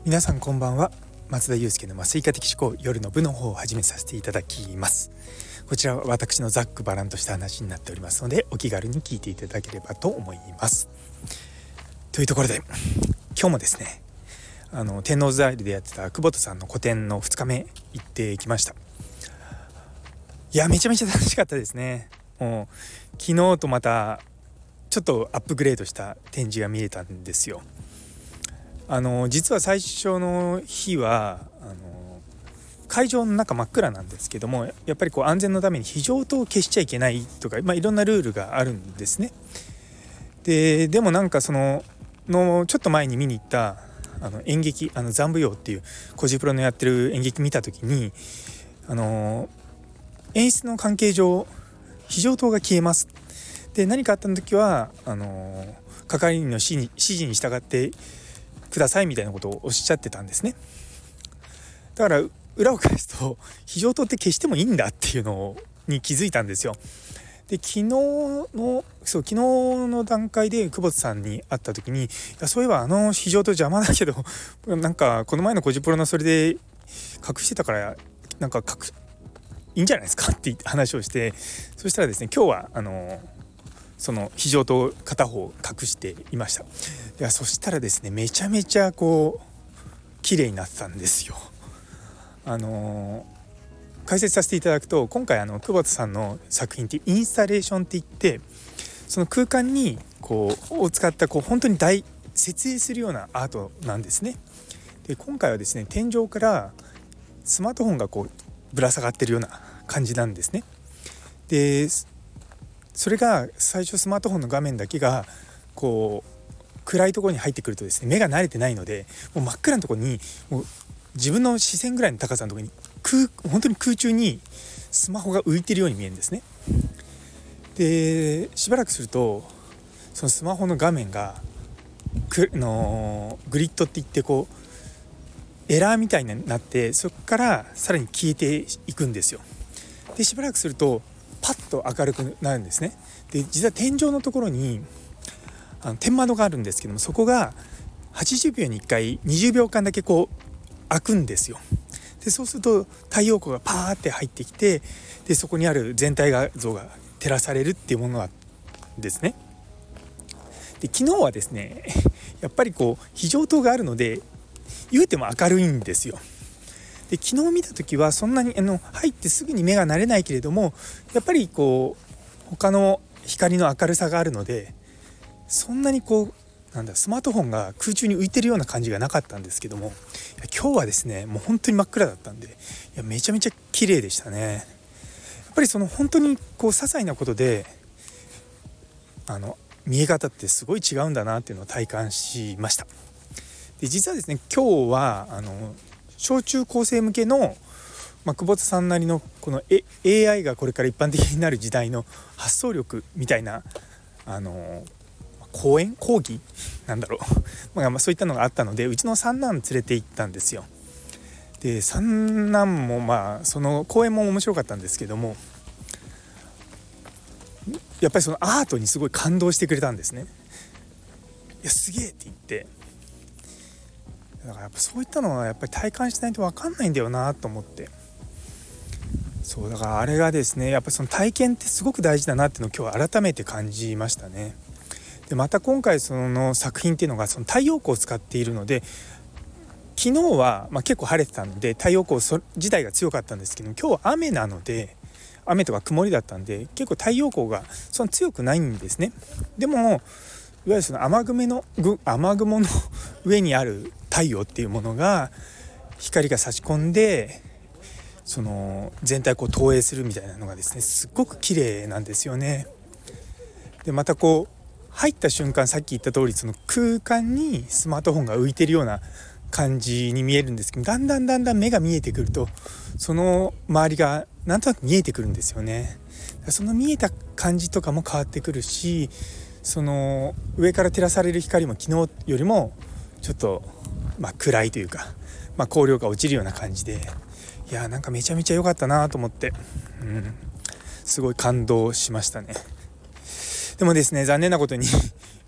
皆さんこんばんは。松田祐介の麻酔科的思考夜の部の方を始めさせていただきます。こちらは私のざっくばらんとした話になっておりますので、お気軽に聞いていただければと思います。というところで今日もですね、天王洲アイルでやってた久保田さんの個展の2日目行ってきました。いや、めちゃめちゃ楽しかったですね。もう昨日とまたちょっとアップグレードした展示が見れたんですよ。実は最初の日は会場の中真っ暗なんですけども、やっぱり安全のために非常灯を消しちゃいけないとか、いろんなルールがあるんですね。でもなんかそのちょっと前に見に行った演劇ザンブヨーっていうコジプロのやってる演劇見た時に演出の関係上非常灯が消えます。で、何かあった時は係員の指示に従ってくださいみたいなことをおっしゃってたんですね。だから裏を返すと非常灯って消してもいいんだっていうのに気づいたんですよ。で、昨日の段階で久保田さんに会った時に、いや、そういえば非常灯邪魔だけどなんかこの前のコジプロのそれで隠してたからなんかいいんじゃないですかって話をして、そしたらですね、今日はその非常灯片方隠していました。いや、そしたらですね、めちゃめちゃ綺麗になってたんですよ。解説させていただくと、今回久保田さんの作品ってインスタレーションっていって、その空間にを使った本当に設営するようなアートなんですね。で、今回はですね、天井からスマートフォンがぶら下がってるような感じなんですね。で、それが最初スマートフォンの画面だけが暗いところに入ってくるとですね、目が慣れてないので、もう真っ暗なところにもう自分の視線ぐらいの高さのところに本当に空中にスマホが浮いてるように見えるんですね。で、しばらくするとそのスマホの画面がグリッドっていってエラーみたいになって、そこからさらに消えていくんですよ。で、しばらくするとパッと明るくなるんですね。で、実は天井のところに天窓があるんですけども、そこが80秒に1回20秒間だけ開くんですよ。で、そうすると太陽光がパーって入ってきて、でそこにある全体画像が照らされるっていうものなんですね。で、昨日はですねやっぱり非常灯があるので言うても明るいんですよ。で、昨日見た時はそんなに入ってすぐに目が慣れないけれども、やっぱり他の光の明るさがあるので、そんなにスマートフォンが空中に浮いてるような感じがなかったんですけども、今日はですね、もう本当に真っ暗だったんで、いや、めちゃめちゃ綺麗でしたね。やっぱり本当に些細なことで見え方ってすごい違うんだなっていうのを体感しました。で、実はですね、今日は小中高生向けの、久保田さんなりのこの AI がこれから一般的になる時代の発想力みたいな講義なんだろうそういったのがあったので、うちの三男連れて行ったんですよ。で、三男もその講演も面白かったんですけども、やっぱりそのアートにすごい感動してくれたんですね。いや、すげえって言って、だからやっぱそういったのはやっぱり体感しないと分かんないんだよなと思って、そうだからあれがですね、やっぱその体験ってすごく大事だなっていうのを今日は改めて感じましたね。で、また今回その作品っていうのがその太陽光を使っているので、昨日は結構晴れてたので太陽光自体が強かったんですけど、今日は雨なので、雨とか曇りだったんで結構太陽光がそんな強くないんですね。でもいわゆるその雨雲の上にある太陽っていうものが光が差し込んでその全体を投影するみたいなのがですね、すっごく綺麗なんですよね。で、また入った瞬間、さっき言った通りその空間にスマートフォンが浮いてるような感じに見えるんですけど、だんだん目が見えてくるとその周りがなんとなく見えてくるんですよね。その見えた感じとかも変わってくるし、その上から照らされる光も昨日よりもちょっと暗いというか、光量が落ちるような感じで、いや、なんかめちゃめちゃ良かったなと思って、すごい感動しましたね。でもですね、残念なことに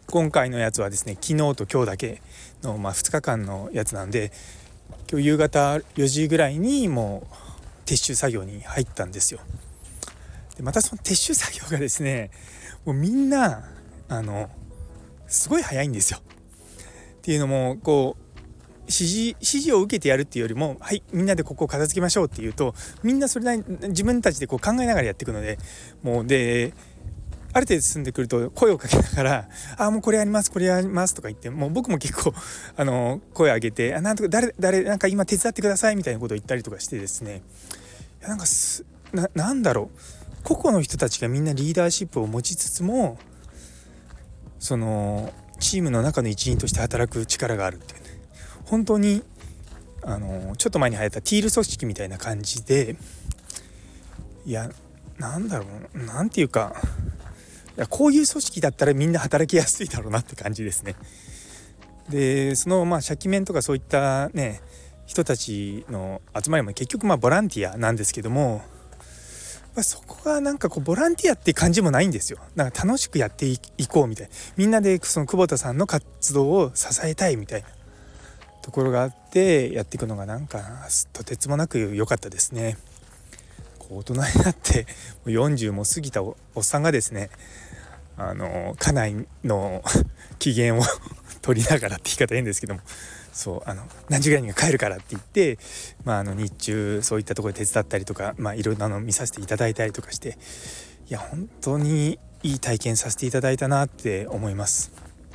今回のやつはですね、昨日と今日だけの、2日間のやつなんで、今日夕方4時ぐらいにもう撤収作業に入ったんですよ。でまたその撤収作業がですね、もうみんなすごい早いんですよ。っていうのもこう指示を受けてやるっていうよりも、はい、みんなでここを片付けましょうっていうと、みんなそれなりに自分たちでこう考えながらやっていくので、もうである程度進んでくると声をかけながら、もうこれやりますこれやりますとか言って、もう僕も結構声を上げて、なんとか誰なんか今手伝ってくださいみたいなことを言ったりとかしてですね、いやなんだろう、個々の人たちがみんなリーダーシップを持ちつつも、そのチームの中の一員として働く力があるっていうね、本当にちょっと前に流行ったティール組織みたいな感じで、いやなんだろう、なんていうか、いやこういう組織だったらみんな働きやすいだろうなって感じですね。でそのシャキメンとかそういったね人たちの集まりも結局ボランティアなんですけども、そこがなんかこうボランティアって感じもないんですよ。なんか楽しくやっていこうみたいな、みんなでその久保田さんの活動を支えたいみたいなところがあってやっていくのがなんかとてつもなく良かったですね。こう大人になって40も過ぎた おっさんがですね、家内の機嫌を取りながらって言い方変ですけども、そう何時ぐらいに帰るからって言って、日中そういったところで手伝ったりとか、いろんなの見させていただいたりとかして、いや本当にいい体験させていただいたなって思います。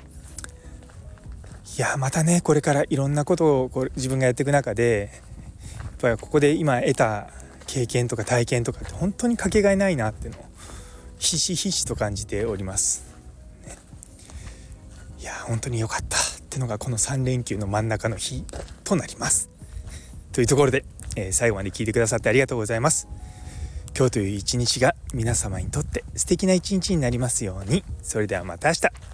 いやまたねこれからいろんなことを自分がやっていく中で、やっぱりここで今得た経験とか体験とかって本当にかけがえないなっていうのをひしひしと感じております、ね。いや本当に良かったってのがこの3連休の真ん中の日となりますというところで、最後まで聞いてくださってありがとうございます。今日という一日が皆様にとって素敵な一日になりますように。それではまた明日。